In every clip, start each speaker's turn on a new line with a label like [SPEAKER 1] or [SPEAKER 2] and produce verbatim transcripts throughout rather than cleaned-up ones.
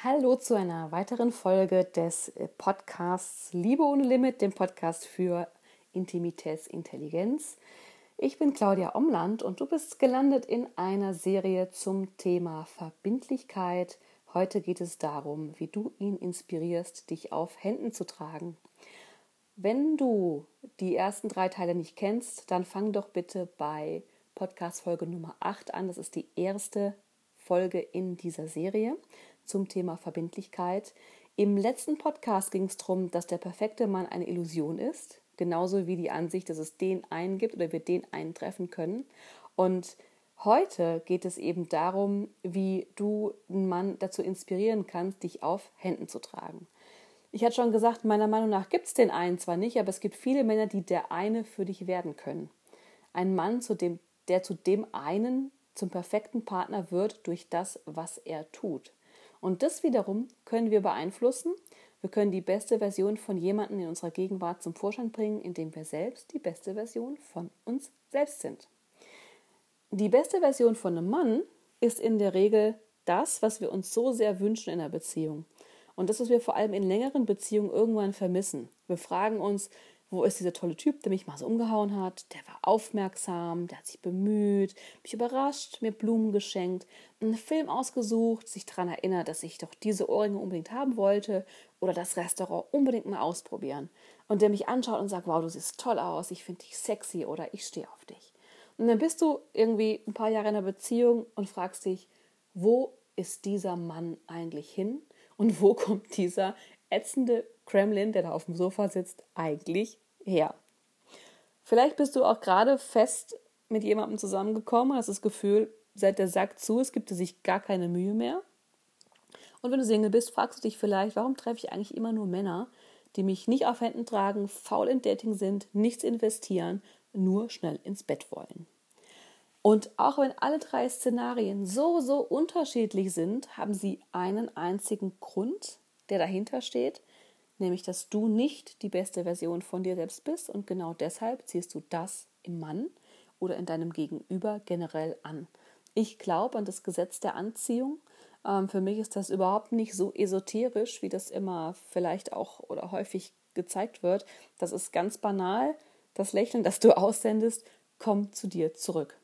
[SPEAKER 1] Hallo zu einer weiteren Folge des Podcasts Liebe ohne Limit, dem Podcast für Intimitätsintelligenz. Ich bin Claudia Omland und du bist gelandet in einer Serie zum Thema Verbindlichkeit. Heute geht es darum, wie du ihn inspirierst, dich auf Händen zu tragen. Wenn du die ersten drei Teile nicht kennst, dann fang doch bitte bei Podcast-Folge Nummer acht an. Das ist die erste Folge in dieser Serie zum Thema Verbindlichkeit. Im letzten Podcast ging es darum, dass der perfekte Mann eine Illusion ist, genauso wie die Ansicht, dass es den einen gibt oder wir den einen treffen können. Und heute geht es eben darum, wie du einen Mann dazu inspirieren kannst, dich auf Händen zu tragen. Ich hatte schon gesagt, meiner Meinung nach gibt es den einen zwar nicht, aber es gibt viele Männer, die der eine für dich werden können. Ein Mann, zu dem, der zu dem einen zum perfekten Partner wird durch das, was er tut. Und das wiederum können wir beeinflussen. Wir können die beste Version von jemandem in unserer Gegenwart zum Vorschein bringen, indem wir selbst die beste Version von uns selbst sind. Die beste Version von einem Mann ist in der Regel das, was wir uns so sehr wünschen in einer Beziehung. Und das, was wir vor allem in längeren Beziehungen irgendwann vermissen. Wir fragen uns, wo ist dieser tolle Typ, der mich mal so umgehauen hat? Der war aufmerksam, der hat sich bemüht, mich überrascht, mir Blumen geschenkt, einen Film ausgesucht, sich daran erinnert, dass ich doch diese Ohrringe unbedingt haben wollte oder das Restaurant unbedingt mal ausprobieren. Und der mich anschaut und sagt, wow, du siehst toll aus, ich finde dich sexy oder ich stehe auf dich. Und dann bist du irgendwie ein paar Jahre in einer Beziehung und fragst dich, wo ist dieser Mann eigentlich hin? Und wo kommt dieser ätzende Kremlin, der da auf dem Sofa sitzt, eigentlich her? Vielleicht bist du auch gerade fest mit jemandem zusammengekommen und hast das Gefühl, seit der Sack zu ist, gibt es sich gar keine Mühe mehr. Und wenn du Single bist, fragst du dich vielleicht, warum treffe ich eigentlich immer nur Männer, die mich nicht auf Händen tragen, faul in Dating sind, nichts investieren, nur schnell ins Bett wollen. Und auch wenn alle drei Szenarien so, so unterschiedlich sind, haben sie einen einzigen Grund, der dahinter steht, nämlich, dass du nicht die beste Version von dir selbst bist und genau deshalb ziehst du das im Mann oder in deinem Gegenüber generell an. Ich glaube an das Gesetz der Anziehung. Ähm, für mich ist das überhaupt nicht so esoterisch, wie das immer vielleicht auch oder häufig gezeigt wird. Das ist ganz banal. Das Lächeln, das du aussendest, kommt zu dir zurück.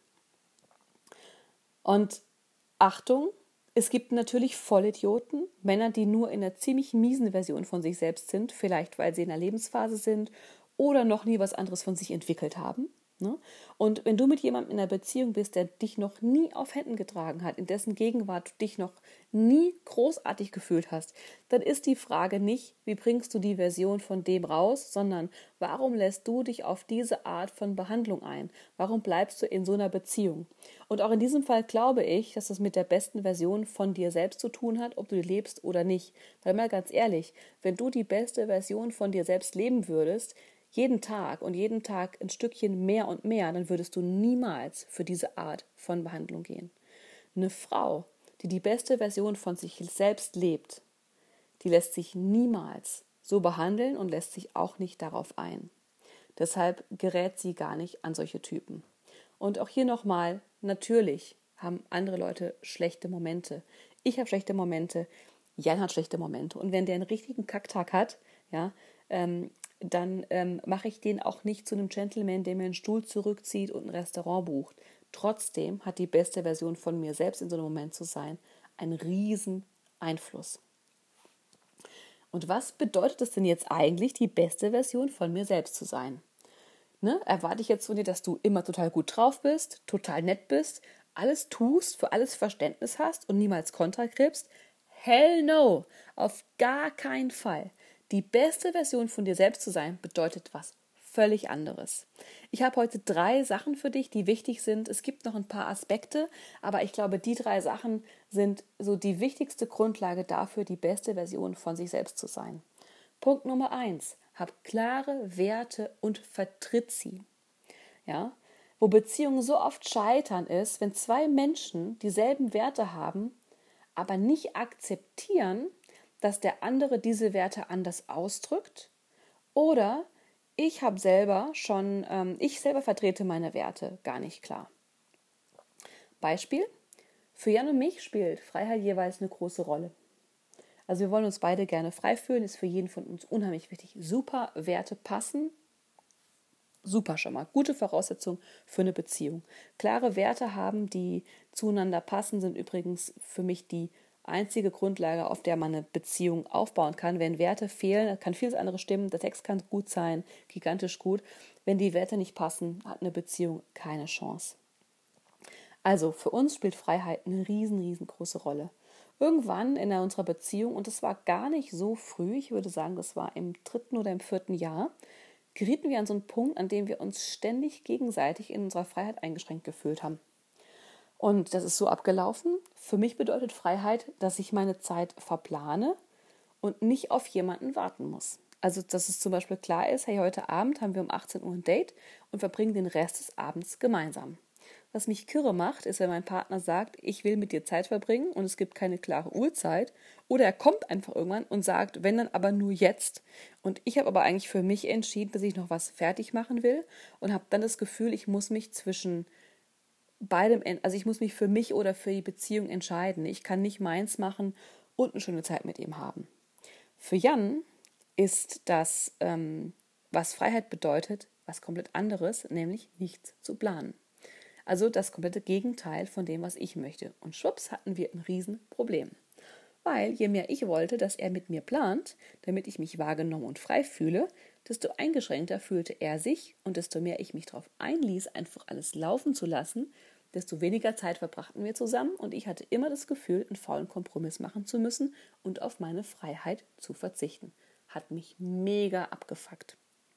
[SPEAKER 1] Und Achtung, es gibt natürlich Vollidioten, Männer, die nur in einer ziemlich miesen Version von sich selbst sind, vielleicht weil sie in einer Lebensphase sind oder noch nie was anderes von sich entwickelt haben. Ne? Und wenn du mit jemandem in einer Beziehung bist, der dich noch nie auf Händen getragen hat, in dessen Gegenwart du dich noch nie großartig gefühlt hast, dann ist die Frage nicht, wie bringst du die Version von dem raus, sondern warum lässt du dich auf diese Art von Behandlung ein? Warum bleibst du in so einer Beziehung? Und auch in diesem Fall glaube ich, dass das mit der besten Version von dir selbst zu tun hat, ob du die lebst oder nicht. Weil mal ganz ehrlich, wenn du die beste Version von dir selbst leben würdest, jeden Tag und jeden Tag ein Stückchen mehr und mehr, dann würdest du niemals für diese Art von Behandlung gehen. Eine Frau, die die beste Version von sich selbst lebt, die lässt sich niemals so behandeln und lässt sich auch nicht darauf ein. Deshalb gerät sie gar nicht an solche Typen. Und auch hier nochmal, natürlich haben andere Leute schlechte Momente. Ich habe schlechte Momente, Jan hat schlechte Momente. Und wenn der einen richtigen Kacktag hat, ja, ähm, dann ähm, mache ich den auch nicht zu einem Gentleman, der mir einen Stuhl zurückzieht und ein Restaurant bucht. Trotzdem hat die beste Version von mir selbst in so einem Moment zu sein einen riesen Einfluss. Und was bedeutet es denn jetzt eigentlich, die beste Version von mir selbst zu sein? Ne? Erwarte ich jetzt von dir, dass du immer total gut drauf bist, total nett bist, alles tust, für alles Verständnis hast und niemals Kontra kriegst? Hell no, auf gar keinen Fall. Die beste Version von dir selbst zu sein, bedeutet was völlig anderes. Ich habe heute drei Sachen für dich, die wichtig sind. Es gibt noch ein paar Aspekte, aber ich glaube, die drei Sachen sind so die wichtigste Grundlage dafür, die beste Version von sich selbst zu sein. Punkt Nummer eins, hab klare Werte und vertritt sie. Ja? Wo Beziehungen so oft scheitern ist, wenn zwei Menschen dieselben Werte haben, aber nicht akzeptieren, dass der andere diese Werte anders ausdrückt, oder ich habe selber schon, ähm, ich selber vertrete meine Werte gar nicht klar. Beispiel, für Jan und mich spielt Freiheit jeweils eine große Rolle. Also wir wollen uns beide gerne frei fühlen, ist für jeden von uns unheimlich wichtig. Super Werte passen, super schon mal. Gute Voraussetzung für eine Beziehung. Klare Werte haben, die zueinander passen, sind übrigens für mich die einzige Grundlage, auf der man eine Beziehung aufbauen kann. Wenn Werte fehlen, kann vieles andere stimmen, der Text kann gut sein, gigantisch gut. Wenn die Werte nicht passen, hat eine Beziehung keine Chance. Also für uns spielt Freiheit eine riesen, riesengroße Rolle. Irgendwann in unserer Beziehung, und das war gar nicht so früh, ich würde sagen, das war im dritten oder im vierten Jahr, gerieten wir an so einen Punkt, an dem wir uns ständig gegenseitig in unserer Freiheit eingeschränkt gefühlt haben. Und das ist so abgelaufen. Für mich bedeutet Freiheit, dass ich meine Zeit verplane und nicht auf jemanden warten muss. Also, dass es zum Beispiel klar ist, hey, heute Abend haben wir um achtzehn Uhr ein Date und verbringen den Rest des Abends gemeinsam. Was mich kirre macht, ist, wenn mein Partner sagt, ich will mit dir Zeit verbringen und es gibt keine klare Uhrzeit. Oder er kommt einfach irgendwann und sagt, wenn dann aber nur jetzt. Und ich habe aber eigentlich für mich entschieden, dass ich noch was fertig machen will und habe dann das Gefühl, ich muss mich zwischen beidem, also ich muss mich für mich oder für die Beziehung entscheiden. Ich kann nicht meins machen und eine schöne Zeit mit ihm haben. Für Jan ist das, ähm, was Freiheit bedeutet, was komplett anderes, nämlich nichts zu planen. Also das komplette Gegenteil von dem, was ich möchte. Und schwupps hatten wir ein Riesenproblem. Weil je mehr ich wollte, dass er mit mir plant, damit ich mich wahrgenommen und frei fühle, desto eingeschränkter fühlte er sich und desto mehr ich mich darauf einließ, einfach alles laufen zu lassen, desto weniger Zeit verbrachten wir zusammen und ich hatte immer das Gefühl, einen faulen Kompromiss machen zu müssen und auf meine Freiheit zu verzichten. Hat mich mega abgefuckt.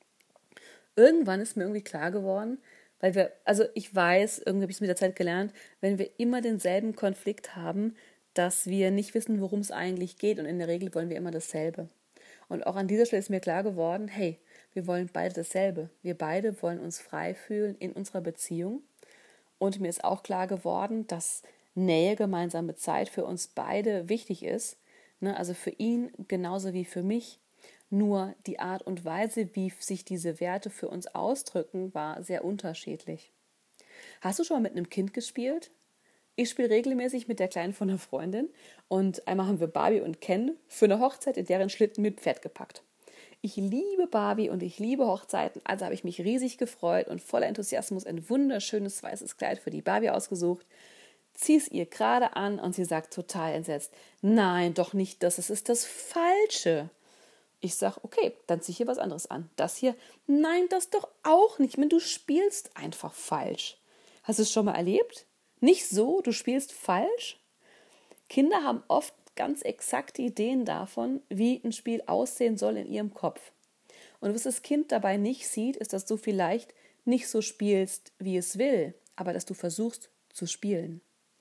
[SPEAKER 1] Irgendwann ist mir irgendwie klar geworden, weil wir, also ich weiß, irgendwie habe ich es mit der Zeit gelernt, wenn wir immer denselben Konflikt haben, dass wir nicht wissen, worum es eigentlich geht und in der Regel wollen wir immer dasselbe. Und auch an dieser Stelle ist mir klar geworden, hey, wir wollen beide dasselbe. Wir beide wollen uns frei fühlen in unserer Beziehung und mir ist auch klar geworden, dass Nähe, gemeinsame Zeit für uns beide wichtig ist, ne? Also für ihn genauso wie für mich. Nur die Art und Weise, wie sich diese Werte für uns ausdrücken, war sehr unterschiedlich. Hast du schon mal mit einem Kind gespielt? Ich spiele regelmäßig mit der Kleinen von einer Freundin und einmal haben wir Barbie und Ken für eine Hochzeit in deren Schlitten mit Pferd gepackt. Ich liebe Barbie und ich liebe Hochzeiten, also habe ich mich riesig gefreut und voller Enthusiasmus ein wunderschönes weißes Kleid für die Barbie ausgesucht. Zieh es ihr gerade an und sie sagt total entsetzt, nein, doch nicht das, es ist das Falsche. Ich sage, okay, dann zieh hier was anderes an. Das hier, nein, das doch auch nicht. Ich meine, du spielst einfach falsch. Hast du es schon mal erlebt? Nicht so, du spielst falsch? Kinder haben oft ganz exakte Ideen davon, wie ein Spiel aussehen soll in ihrem Kopf. Und was das Kind dabei nicht sieht, ist, dass du vielleicht nicht so spielst, wie es will, aber dass du versuchst zu spielen.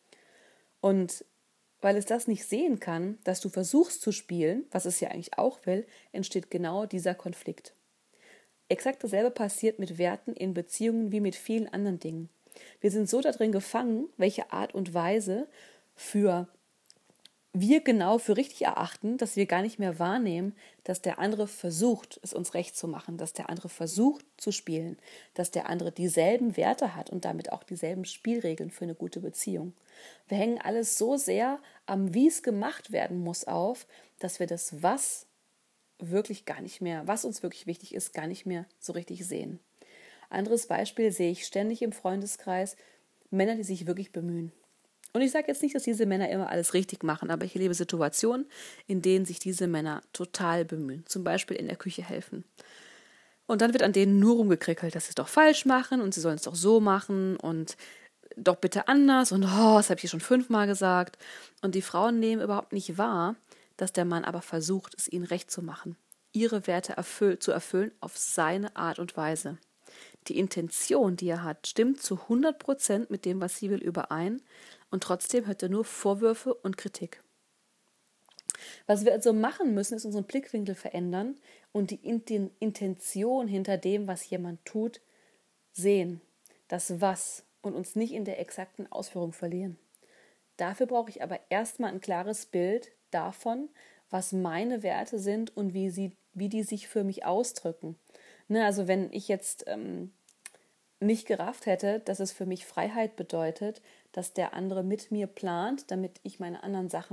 [SPEAKER 1] Und weil es das nicht sehen kann, dass du versuchst zu spielen, was es ja eigentlich auch will, entsteht genau dieser Konflikt. Exakt dasselbe passiert mit Werten in Beziehungen wie mit vielen anderen Dingen. Wir sind so darin gefangen, welche Art und Weise für wir genau für richtig erachten, dass wir gar nicht mehr wahrnehmen, dass der andere versucht, es uns recht zu machen, dass der andere versucht zu spielen, dass der andere dieselben Werte hat und damit auch dieselben Spielregeln für eine gute Beziehung. Wir hängen alles so sehr am, wie es gemacht werden muss, auf, dass wir das, was wirklich gar nicht mehr, was uns wirklich wichtig ist, gar nicht mehr so richtig sehen. Anderes Beispiel sehe ich ständig im Freundeskreis, Männer, die sich wirklich bemühen. Und ich sage jetzt nicht, dass diese Männer immer alles richtig machen, aber ich erlebe Situationen, in denen sich diese Männer total bemühen. Zum Beispiel in der Küche helfen. Und dann wird an denen nur rumgekrickelt, dass sie es doch falsch machen und sie sollen es doch so machen und doch bitte anders und oh, das habe ich hier schon fünfmal gesagt. Und die Frauen nehmen überhaupt nicht wahr, dass der Mann aber versucht, es ihnen recht zu machen, ihre Werte erfüll- zu erfüllen auf seine Art und Weise. Die Intention, die er hat, stimmt zu hundert Prozent mit dem, was sie will, überein und trotzdem hört er nur Vorwürfe und Kritik. Was wir also machen müssen, ist unseren Blickwinkel verändern und die Intention hinter dem, was jemand tut, sehen, das Was und uns nicht in der exakten Ausführung verlieren. Dafür brauche ich aber erstmal ein klares Bild davon, was meine Werte sind und wie, sie, wie die sich für mich ausdrücken. Ne, also wenn ich jetzt ähm, nicht gerafft hätte, dass es für mich Freiheit bedeutet, dass der andere mit mir plant, damit ich meine anderen Sachen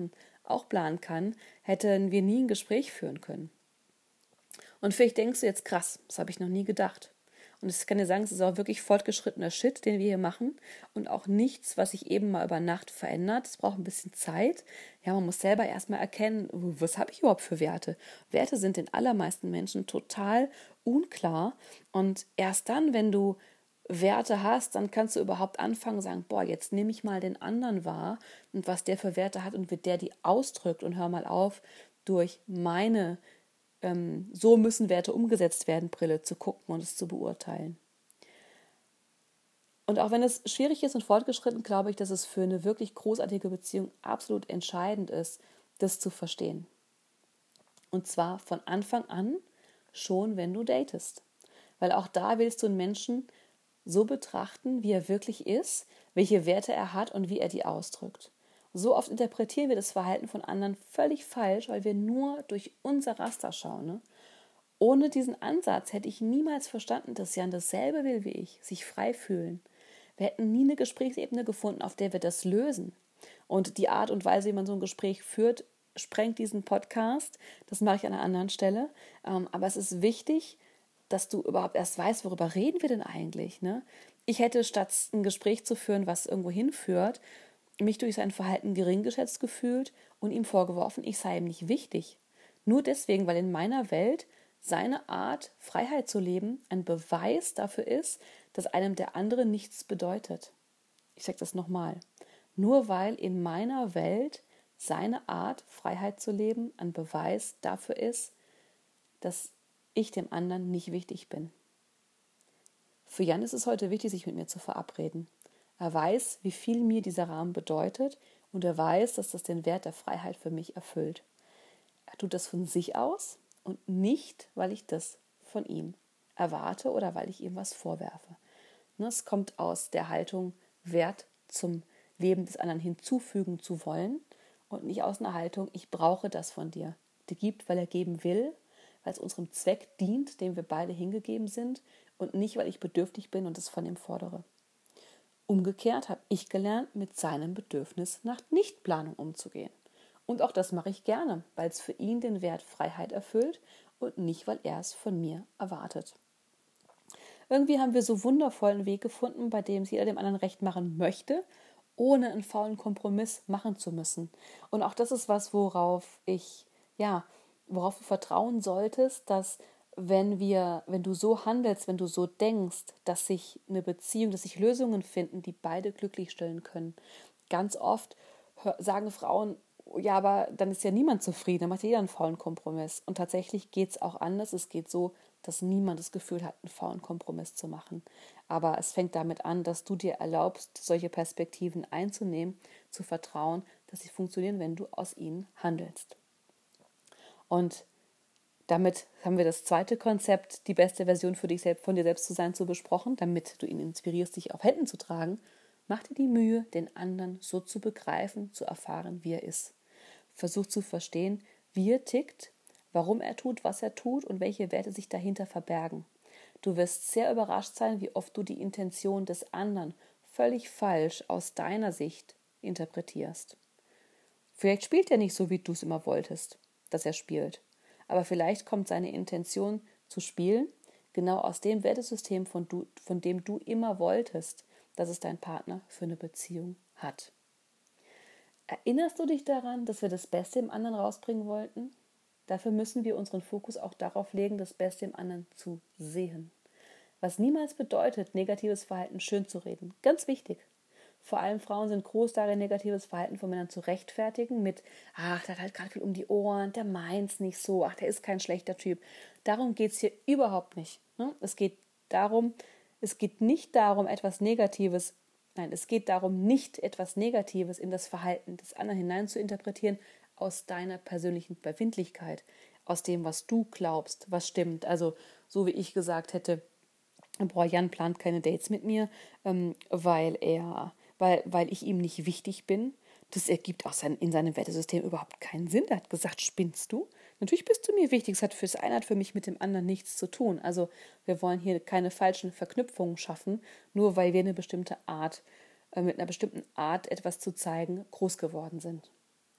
[SPEAKER 1] auch planen kann, hätten wir nie ein Gespräch führen können. Und vielleicht denkst du jetzt, krass, das habe ich noch nie gedacht. Und ich kann dir sagen, es ist auch wirklich fortgeschrittener Shit, den wir hier machen und auch nichts, was sich eben mal über Nacht verändert. Es braucht ein bisschen Zeit. Ja, man muss selber erstmal erkennen, was habe ich überhaupt für Werte? Werte sind den allermeisten Menschen total unklar. Und erst dann, wenn du Werte hast, dann kannst du überhaupt anfangen und sagen, boah, jetzt nehme ich mal den anderen wahr und was der für Werte hat und wie der die ausdrückt und hör mal auf, durch meine ähm, so müssen Werte umgesetzt werden, Brille zu gucken und es zu beurteilen. Und auch wenn es schwierig ist und fortgeschritten, glaube ich, dass es für eine wirklich großartige Beziehung absolut entscheidend ist, das zu verstehen. Und zwar von Anfang an schon, wenn du datest. Weil auch da willst du einen Menschen so betrachten, wie er wirklich ist, welche Werte er hat und wie er die ausdrückt. So oft interpretieren wir das Verhalten von anderen völlig falsch, weil wir nur durch unser Raster schauen. Ne? Ohne diesen Ansatz hätte ich niemals verstanden, dass Jan dasselbe will wie ich, sich frei fühlen. Wir hätten nie eine Gesprächsebene gefunden, auf der wir das lösen. Und die Art und Weise, wie man so ein Gespräch führt, sprengt diesen Podcast. Das mache ich an einer anderen Stelle. Aber es ist wichtig, dass du überhaupt erst weißt, worüber reden wir denn eigentlich. Ne? Ich hätte, statt ein Gespräch zu führen, was irgendwo hinführt, mich durch sein Verhalten gering geschätzt gefühlt und ihm vorgeworfen, ich sei ihm nicht wichtig. Nur deswegen, weil in meiner Welt seine Art, Freiheit zu leben, ein Beweis dafür ist, dass einem der andere nichts bedeutet. Ich sage das nochmal. Nur weil in meiner Welt seine Art, Freiheit zu leben, ein Beweis dafür ist, dass ich dem anderen nicht wichtig bin. Für Jan ist es heute wichtig, sich mit mir zu verabreden. Er weiß, wie viel mir dieser Rahmen bedeutet und er weiß, dass das den Wert der Freiheit für mich erfüllt. Er tut das von sich aus und nicht, weil ich das von ihm erwarte oder weil ich ihm was vorwerfe. Es kommt aus der Haltung, Wert zum Leben des anderen hinzufügen zu wollen und nicht aus einer Haltung, ich brauche das von dir. Die gibt, weil er geben will, weil es unserem Zweck dient, dem wir beide hingegeben sind und nicht, weil ich bedürftig bin und es von ihm fordere. Umgekehrt habe ich gelernt, mit seinem Bedürfnis nach Nichtplanung umzugehen. Und auch das mache ich gerne, weil es für ihn den Wert Freiheit erfüllt und nicht, weil er es von mir erwartet. Irgendwie haben wir so wundervoll einen Weg gefunden, bei dem es jeder dem anderen recht machen möchte, ohne einen faulen Kompromiss machen zu müssen. Und auch das ist was, worauf ich, ja, worauf du vertrauen solltest, dass wenn wir, wenn du so handelst, wenn du so denkst, dass sich eine Beziehung, dass sich Lösungen finden, die beide glücklich stellen können. Ganz oft sagen Frauen, ja, aber dann ist ja niemand zufrieden, dann macht jeder einen faulen Kompromiss. Und tatsächlich geht es auch anders. Es geht so, dass niemand das Gefühl hat, einen faulen Kompromiss zu machen. Aber es fängt damit an, dass du dir erlaubst, solche Perspektiven einzunehmen, zu vertrauen, dass sie funktionieren, wenn du aus ihnen handelst. Und damit haben wir das zweite Konzept, die beste Version für dich selbst, von dir selbst zu sein, zu besprochen, damit du ihn inspirierst, dich auf Händen zu tragen. Mach dir die Mühe, den anderen so zu begreifen, zu erfahren, wie er ist. Versuch zu verstehen, wie er tickt, warum er tut, was er tut und welche Werte sich dahinter verbergen. Du wirst sehr überrascht sein, wie oft du die Intention des anderen völlig falsch aus deiner Sicht interpretierst. Vielleicht spielt er nicht so, wie du es immer wolltest, dass er spielt. Aber vielleicht kommt seine Intention zu spielen genau aus dem Wertesystem, von, du, von dem du immer wolltest, dass es dein Partner für eine Beziehung hat. Erinnerst du dich daran, dass wir das Beste im anderen rausbringen wollten? Dafür müssen wir unseren Fokus auch darauf legen, das Beste im anderen zu sehen. Was niemals bedeutet, negatives Verhalten schön zu reden. Ganz wichtig. Vor allem Frauen sind groß darin, negatives Verhalten von Männern zu rechtfertigen mit, ach, der hat halt gerade viel um die Ohren, der meint's nicht so, ach, der ist kein schlechter Typ. Darum geht es hier überhaupt nicht. Ne? Es geht darum, es geht nicht darum, etwas Negatives, nein, es geht darum, nicht etwas Negatives in das Verhalten des anderen hinein zu interpretieren, aus deiner persönlichen Befindlichkeit, aus dem, was du glaubst, was stimmt. Also so wie ich gesagt hätte, boah, Jan plant keine Dates mit mir, ähm, weil er, weil, weil ich ihm nicht wichtig bin. Das ergibt auch sein, in seinem Wertesystem überhaupt keinen Sinn. Er hat gesagt, spinnst du? Natürlich bist du mir wichtig. Es hat für das eine hat für mich mit dem anderen nichts zu tun. Also wir wollen hier keine falschen Verknüpfungen schaffen, nur weil wir eine bestimmte Art, äh, mit einer bestimmten Art etwas zu zeigen, groß geworden sind.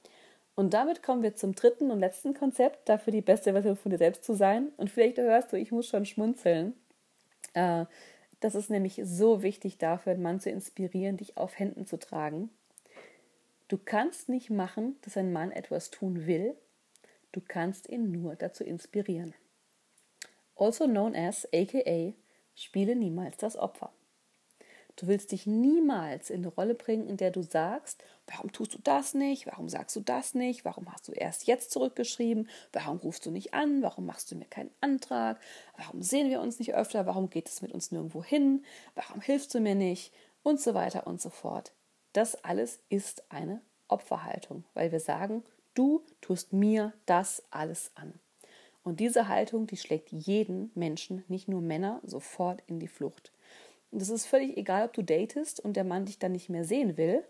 [SPEAKER 1] Und damit kommen wir zum dritten und letzten Konzept, dafür die beste Version von dir selbst zu sein. Und vielleicht hörst du, ich muss schon schmunzeln. Äh, das ist nämlich so wichtig dafür, einen Mann zu inspirieren, dich auf Händen zu tragen. Du kannst nicht machen, dass ein Mann etwas tun will. Du kannst ihn nur dazu inspirieren. Also known as, aka, spiele niemals das Opfer. Du willst dich niemals in eine Rolle bringen, in der du sagst, warum tust du das nicht, warum sagst du das nicht, warum hast du erst jetzt zurückgeschrieben, warum rufst du nicht an, warum machst du mir keinen Antrag, warum sehen wir uns nicht öfter, warum geht es mit uns nirgendwo hin, warum hilfst du mir nicht und so weiter und so fort. Das alles ist eine Opferhaltung, weil wir sagen, du tust mir das alles an. Und diese Haltung, die schlägt jeden Menschen, nicht nur Männer, sofort in die Flucht. Und es ist völlig egal, ob du datest und der Mann dich dann nicht mehr sehen will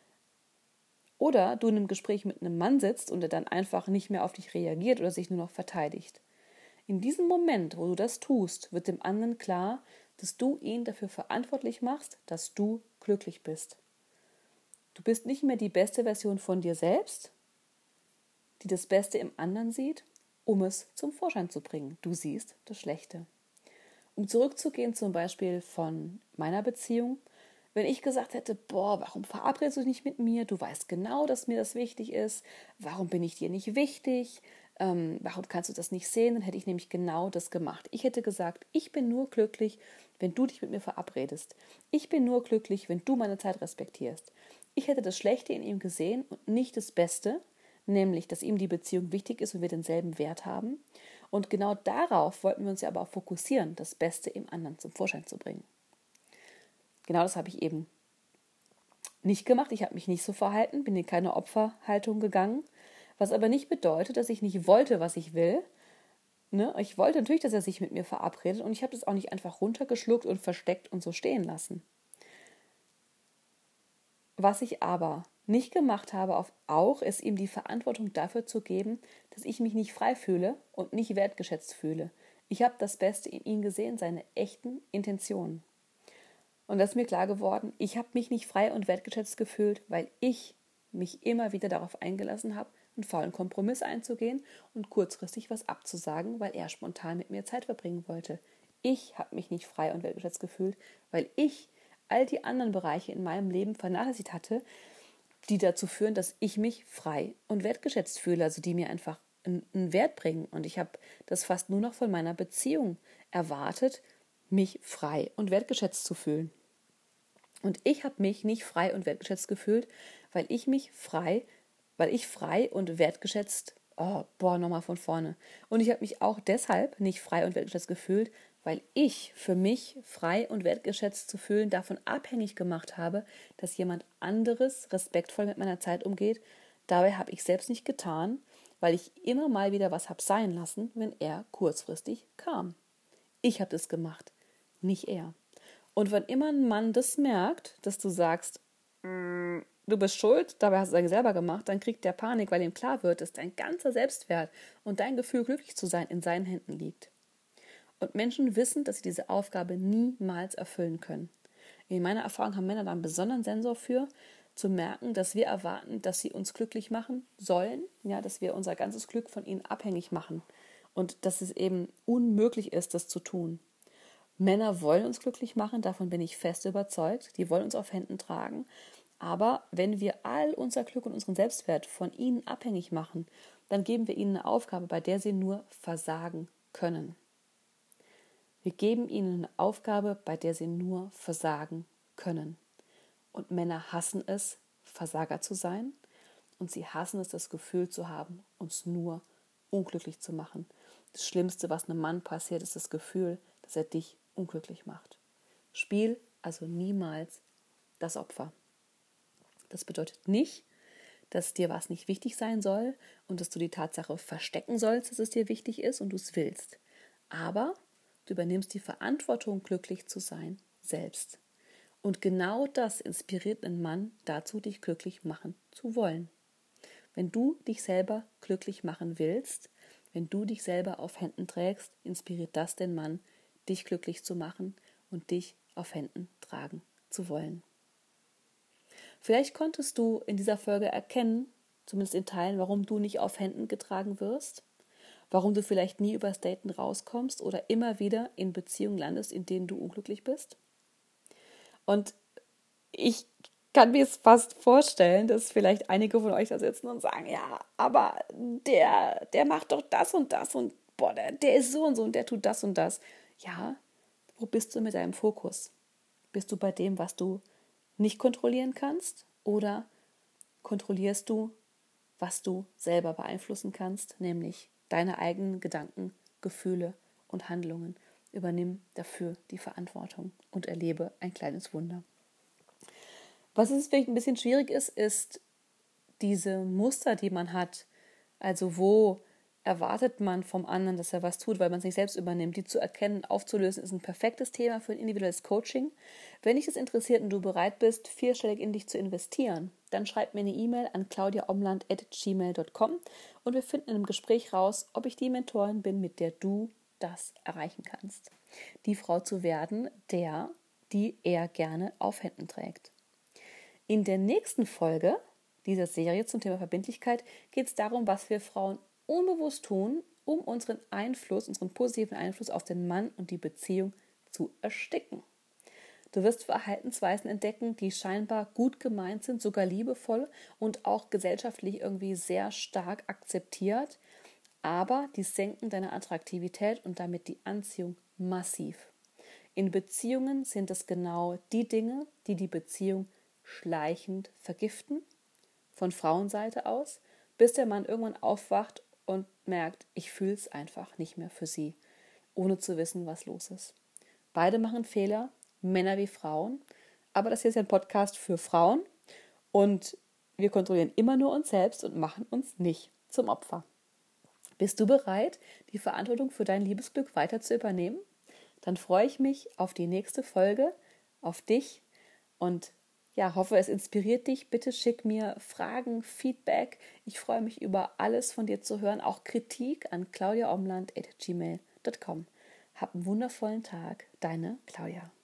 [SPEAKER 1] oder du in einem Gespräch mit einem Mann sitzt und er dann einfach nicht mehr auf dich reagiert oder sich nur noch verteidigt. In diesem Moment, wo du das tust, wird dem anderen klar, dass du ihn dafür verantwortlich machst, dass du glücklich bist. Du bist nicht mehr die beste Version von dir selbst, die das Beste im anderen sieht, um es zum Vorschein zu bringen. Du siehst das Schlechte. Um zurückzugehen zum Beispiel von meiner Beziehung, wenn ich gesagt hätte, boah, warum verabredest du dich nicht mit mir? Du weißt genau, dass mir das wichtig ist. Warum bin ich dir nicht wichtig? Ähm, warum kannst du das nicht sehen? Dann hätte ich nämlich genau das gemacht. Ich hätte gesagt, ich bin nur glücklich, wenn du dich mit mir verabredest. Ich bin nur glücklich, wenn du meine Zeit respektierst. Ich hätte das Schlechte in ihm gesehen und nicht das Beste, nämlich, dass ihm die Beziehung wichtig ist und wir denselben Wert haben. Und genau darauf wollten wir uns ja aber auch fokussieren, das Beste im anderen zum Vorschein zu bringen. Genau das habe ich eben nicht gemacht. Ich habe mich nicht so verhalten, bin in keine Opferhaltung gegangen, was aber nicht bedeutet, dass ich nicht wollte, was ich will. Ne? Ich wollte natürlich, dass er sich mit mir verabredet und ich habe das auch nicht einfach runtergeschluckt und versteckt und so stehen lassen. Was ich aber nicht gemacht habe, auf auch, ist ihm die Verantwortung dafür zu geben, dass ich mich nicht frei fühle und nicht wertgeschätzt fühle. Ich habe das Beste in ihm gesehen, seine echten Intentionen. Und das ist mir klar geworden, ich habe mich nicht frei und wertgeschätzt gefühlt, weil ich mich immer wieder darauf eingelassen habe, einen faulen Kompromiss einzugehen und kurzfristig was abzusagen, weil er spontan mit mir Zeit verbringen wollte. Ich habe mich nicht frei und wertgeschätzt gefühlt, weil ich all die anderen Bereiche in meinem Leben vernachlässigt hatte, die dazu führen, dass ich mich frei und wertgeschätzt fühle, also die mir einfach einen Wert bringen. Und ich habe das fast nur noch von meiner Beziehung erwartet, mich frei und wertgeschätzt zu fühlen. Und ich habe mich nicht frei und wertgeschätzt gefühlt, weil ich mich frei, weil ich frei und wertgeschätzt, oh, boah, nochmal von vorne. Und ich habe mich auch deshalb nicht frei und wertgeschätzt gefühlt, weil ich für mich frei und wertgeschätzt zu fühlen davon abhängig gemacht habe, dass jemand anderes respektvoll mit meiner Zeit umgeht. Dabei habe ich selbst nicht getan, weil ich immer mal wieder was habe sein lassen, wenn er kurzfristig kam. Ich habe das gemacht, nicht er. Und wenn immer ein Mann das merkt, dass du sagst, mm, du bist schuld, dabei hast du es eigentlich selber gemacht, dann kriegt der Panik, weil ihm klar wird, dass dein ganzer Selbstwert und dein Gefühl, glücklich zu sein, in seinen Händen liegt. Und Menschen wissen, dass sie diese Aufgabe niemals erfüllen können. In meiner Erfahrung haben Männer da einen besonderen Sensor für, zu merken, dass wir erwarten, dass sie uns glücklich machen sollen, ja, dass wir unser ganzes Glück von ihnen abhängig machen und dass es eben unmöglich ist, das zu tun. Männer wollen uns glücklich machen, davon bin ich fest überzeugt, die wollen uns auf Händen tragen, aber wenn wir all unser Glück und unseren Selbstwert von ihnen abhängig machen, dann geben wir ihnen eine Aufgabe, bei der sie nur versagen können. Wir geben ihnen eine Aufgabe, bei der sie nur versagen können. Und Männer hassen es, Versager zu sein. Und sie hassen es, das Gefühl zu haben, uns nur unglücklich zu machen. Das Schlimmste, was einem Mann passiert, ist das Gefühl, dass er dich unglücklich macht. Spiel also niemals das Opfer. Das bedeutet nicht, dass dir was nicht wichtig sein soll und dass du die Tatsache verstecken sollst, dass es dir wichtig ist und du es willst. Aber du übernimmst die Verantwortung, glücklich zu sein, selbst. Und genau das inspiriert einen Mann dazu, dich glücklich machen zu wollen. Wenn du dich selber glücklich machen willst, wenn du dich selber auf Händen trägst, inspiriert das den Mann, dich glücklich zu machen und dich auf Händen tragen zu wollen. Vielleicht konntest du in dieser Folge erkennen, zumindest in Teilen, warum du nicht auf Händen getragen wirst, warum du vielleicht nie übers Daten rauskommst oder immer wieder in Beziehungen landest, in denen du unglücklich bist. Und ich kann mir es fast vorstellen, dass vielleicht einige von euch da sitzen und sagen, ja, aber der, der macht doch das und das und boah, der, der ist so und so und der tut das und das. Ja, wo bist du mit deinem Fokus? Bist du bei dem, was du nicht kontrollieren kannst, oder kontrollierst du, was du selber beeinflussen kannst, nämlich deine eigenen Gedanken, Gefühle und Handlungen? Übernimm dafür die Verantwortung und erlebe ein kleines Wunder. Was es vielleicht ein bisschen schwierig ist, ist diese Muster, die man hat. Also wo erwartet man vom anderen, dass er was tut, weil man es nicht selbst übernimmt. Die zu erkennen, aufzulösen, ist ein perfektes Thema für ein individuelles Coaching. Wenn dich das interessiert und du bereit bist, vierstellig in dich zu investieren, dann schreib mir eine E-Mail an claudia omland at gmail dot com und wir finden in einem Gespräch raus, ob ich die Mentorin bin, mit der du das erreichen kannst. Die Frau zu werden, der, die er gerne auf Händen trägt. In der nächsten Folge dieser Serie zum Thema Verbindlichkeit geht es darum, was wir Frauen unbewusst tun, um unseren Einfluss, unseren positiven Einfluss auf den Mann und die Beziehung zu ersticken. Du wirst Verhaltensweisen entdecken, die scheinbar gut gemeint sind, sogar liebevoll und auch gesellschaftlich irgendwie sehr stark akzeptiert, aber die senken deine Attraktivität und damit die Anziehung massiv. In Beziehungen sind es genau die Dinge, die die Beziehung schleichend vergiften, von Frauenseite aus, bis der Mann irgendwann aufwacht und merkt, ich fühle es einfach nicht mehr für sie, ohne zu wissen, was los ist. Beide machen Fehler, Männer wie Frauen, aber das hier ist ein Podcast für Frauen und wir kontrollieren immer nur uns selbst und machen uns nicht zum Opfer. Bist du bereit, die Verantwortung für dein Liebesglück weiter zu übernehmen? Dann freue ich mich auf die nächste Folge, auf dich und ja, hoffe, es inspiriert dich. Bitte schick mir Fragen, Feedback. Ich freue mich über alles von dir zu hören, auch Kritik an claudia omland at gmail dot com. Hab einen wundervollen Tag. Deine Claudia.